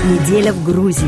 Неделя в Грузии.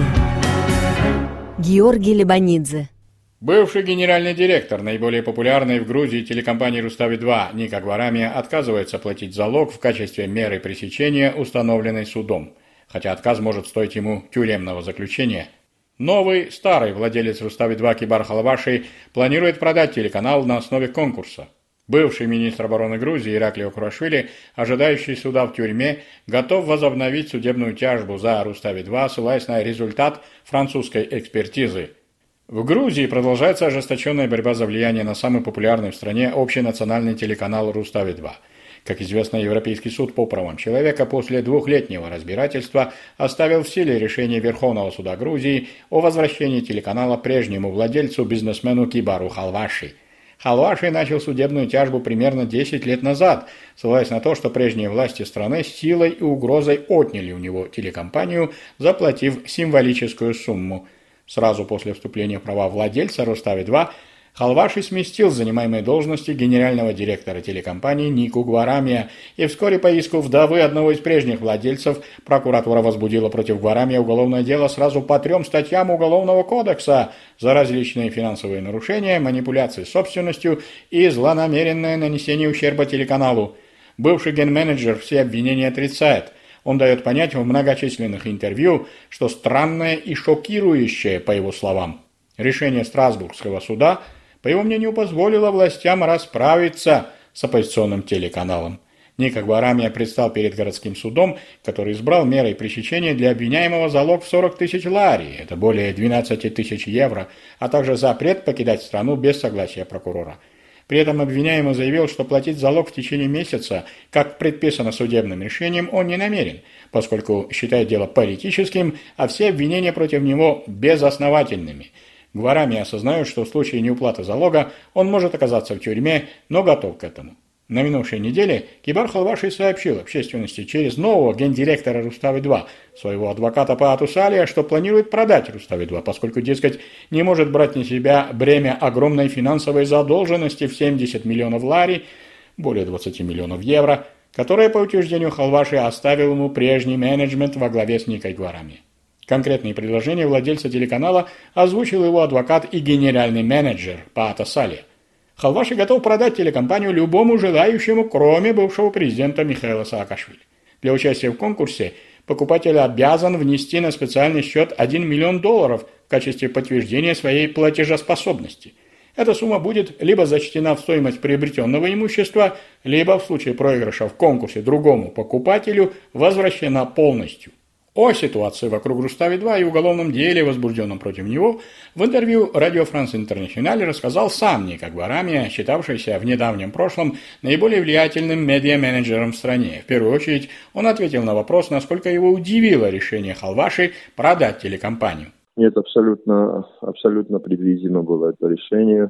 Георгий Лебанидзе. Бывший генеральный директор наиболее популярной в Грузии телекомпании «Рустави-2» Ника Гварамия отказывается платить залог в качестве меры пресечения, установленной судом, хотя отказ может стоить ему тюремного заключения. Новый, старый владелец «Рустави-2» Кибар Халваши планирует продать телеканал на основе конкурса. Бывший министр обороны Грузии Ираклио Курашвили, ожидающий суда в тюрьме, готов возобновить судебную тяжбу за «Рустави-2», ссылаясь на результат французской экспертизы. В Грузии продолжается ожесточенная борьба за влияние на самый популярный в стране общенациональный телеканал «Рустави-2». Как известно, Европейский суд по правам человека после двухлетнего разбирательства оставил в силе решение Верховного суда Грузии о возвращении телеканала прежнему владельцу, бизнесмену Кибару Халваши. Халваши начал судебную тяжбу примерно 10 лет назад, ссылаясь на то, что прежние власти страны силой и угрозой отняли у него телекомпанию, заплатив символическую сумму. Сразу после вступления в права владельца «Рустави-2» Халваши сместил с занимаемой должности генерального директора телекомпании Нику Гварамия, и вскоре по иску вдовы одного из прежних владельцев прокуратура возбудила против Гварамия уголовное дело сразу по 3 статьям Уголовного кодекса за различные финансовые нарушения, манипуляции собственностью и злонамеренное нанесение ущерба телеканалу. Бывший генменеджер все обвинения отрицает. Он дает понять в многочисленных интервью, что странное и шокирующее, по его словам, решение Страсбургского суда, по его мнению, позволило властям расправиться с оппозиционным телеканалом. Ника Гварамия предстал перед городским судом, который избрал мерой пресечения для обвиняемого залог в 40 тысяч лари, это более 12 тысяч евро, а также запрет покидать страну без согласия прокурора. При этом обвиняемый заявил, что платить залог в течение месяца, как предписано судебным решением, он не намерен, поскольку считает дело политическим, а все обвинения против него безосновательными. Гварамия осознает, что в случае неуплаты залога он может оказаться в тюрьме, но готов к этому. На минувшей неделе Кибар Халваши сообщил общественности через нового гендиректора «Рустави-2», своего адвоката Паату Салия, что планирует продать «Рустави-2», поскольку, дескать, не может брать на себя бремя огромной финансовой задолженности в 70 миллионов лари, более 20 миллионов евро, которое, по утверждению Халваши, оставил ему прежний менеджмент во главе с Никой Гварамией. Конкретные предложения владельца телеканала озвучил его адвокат и генеральный менеджер Паата Салия. Халваши готов продать телекомпанию любому желающему, кроме бывшего президента Михаила Саакашвили. Для участия в конкурсе покупатель обязан внести на специальный счет $1 миллион в качестве подтверждения своей платежеспособности. Эта сумма будет либо зачтена в стоимость приобретенного имущества, либо в случае проигрыша в конкурсе другому покупателю возвращена полностью. О ситуации вокруг «Рустави-2» и уголовном деле, возбужденном против него, в интервью Радио Франс Интернациональ рассказал сам Ника Гварамия, считавшийся в недавнем прошлом наиболее влиятельным медиа-менеджером в стране. В первую очередь он ответил на вопрос, насколько его удивило решение Халваши продать телекомпанию. Нет, абсолютно предвидимо было это решение.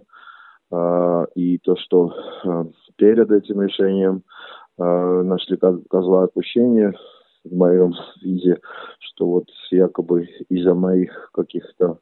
И то, что перед этим решением нашли козла отпущения в моем виде, что вот якобы из-за моих каких-то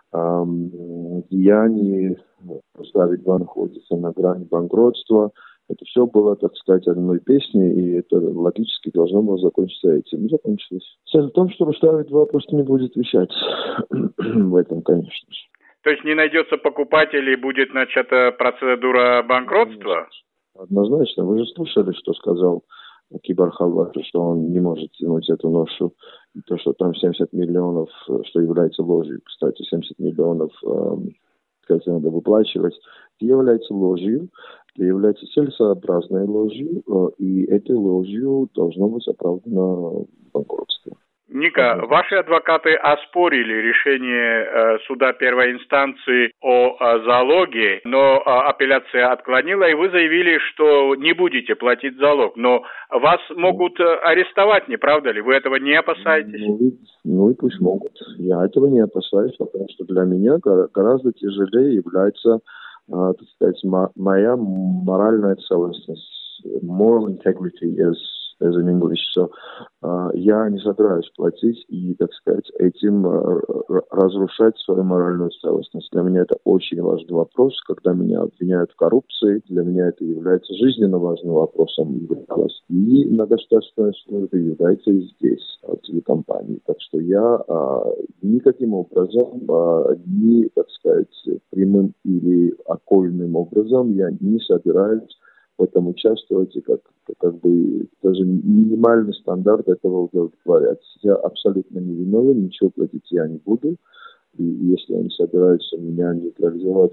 деяний «Рустави-2» находится на грани банкротства. Это все было, так сказать, одной песней, и это логически должно было закончиться этим. И закончилось. Цель в том, что «Рустави-2» просто не будет вещать в этом, конечно же. То есть не найдется покупателей, будет начата процедура банкротства? Однозначно. Вы же слышали, что сказал Кибар Халваши, что он не может тянуть эту ношу. То, что там 70 миллионов, что является ложью. Кстати, 70 миллионов, сказать, надо выплачивать. Это является ложью, это является целесообразной ложью, и этой ложью должно быть оправдано банкротство. Ника, ваши адвокаты оспорили решение суда первой инстанции о залоге, но апелляция отклонила, и вы заявили, что не будете платить залог. Но вас могут арестовать, не правда ли? Вы этого не опасаетесь? Ну и пусть могут. Я этого не опасаюсь, потому что для меня гораздо тяжелее является, так сказать, моя моральная целостность. Moral integrity as in English. So, я не собираюсь платить и, так сказать, этим разрушать свою моральную целостность. Для меня это очень важный вопрос. Когда меня обвиняют в коррупции, для меня это является жизненно важным вопросом. И на государственной службе является и здесь, в телекомпании. Так что я никаким образом, ни, так сказать, прямым или окольным образом я не собираюсь в этом участвовать и как бы даже минимальный стандарт этого удовлетворять. Я абсолютно не виновен, ничего платить я не буду. И если они собираются меня нейтрализовать,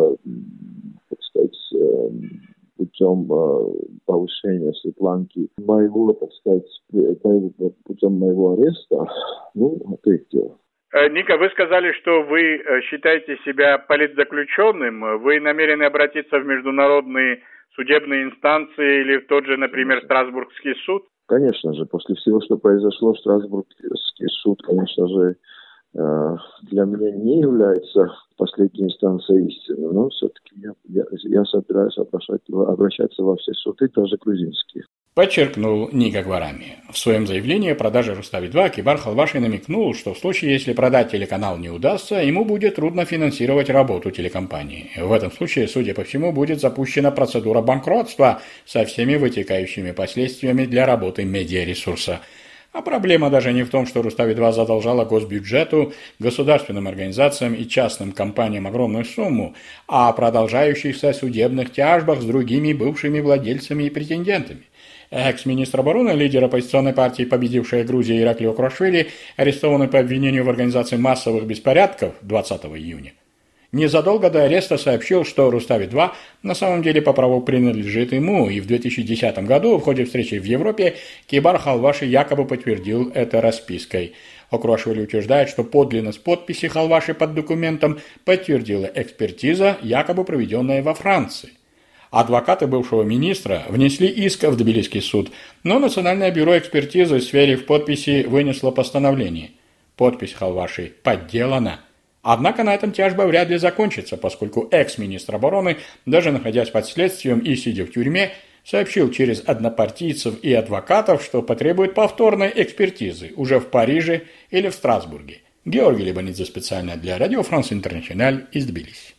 так сказать, путем повышения планки моего, так сказать, путем моего ареста, это их дело. Ника, вы сказали, что вы считаете себя политзаключенным. Вы намерены обратиться в международные судебные инстанции или в тот же, например, Страсбургский суд? Конечно же, после всего, что произошло, Страсбургский суд, конечно же, для меня не является последней инстанцией истины, но все-таки я собираюсь обращаться во все суды, даже грузинские. Подчеркнул Ника Гварами. В своем заявлении о продаже Рустави-2 Кибар Халваши намекнул, что в случае, если продать телеканал не удастся, ему будет трудно финансировать работу телекомпании. В этом случае, судя по всему, будет запущена процедура банкротства со всеми вытекающими последствиями для работы медиаресурса. А проблема даже не в том, что Рустави-2 задолжала госбюджету, государственным организациям и частным компаниям огромную сумму, а о продолжающихся судебных тяжбах с другими бывшими владельцами и претендентами. Экс-министр обороны, лидер оппозиционной партии «Победившая Грузия» Иракли Окруашвили, арестованный по обвинению в организации массовых беспорядков 20 июня, незадолго до ареста сообщил, что Рустави-2 на самом деле по праву принадлежит ему, и в 2010 году в ходе встречи в Европе Кибар Халваши якобы подтвердил это распиской. Окруашвили утверждает, что подлинность подписи Халваши под документом подтвердила экспертиза, якобы проведенная во Франции. Адвокаты бывшего министра внесли иск в Тбилисский суд, но Национальное бюро экспертизы, сверив подписи, вынесло постановление. Подпись Халваши подделана. Однако на этом тяжба вряд ли закончится, поскольку экс-министр обороны, даже находясь под следствием и сидя в тюрьме, сообщил через однопартийцев и адвокатов, что потребует повторной экспертизы уже в Париже или в Страсбурге. Георгий Лебанидзе специально для Радио Франс Интернациональ из Тбилиси.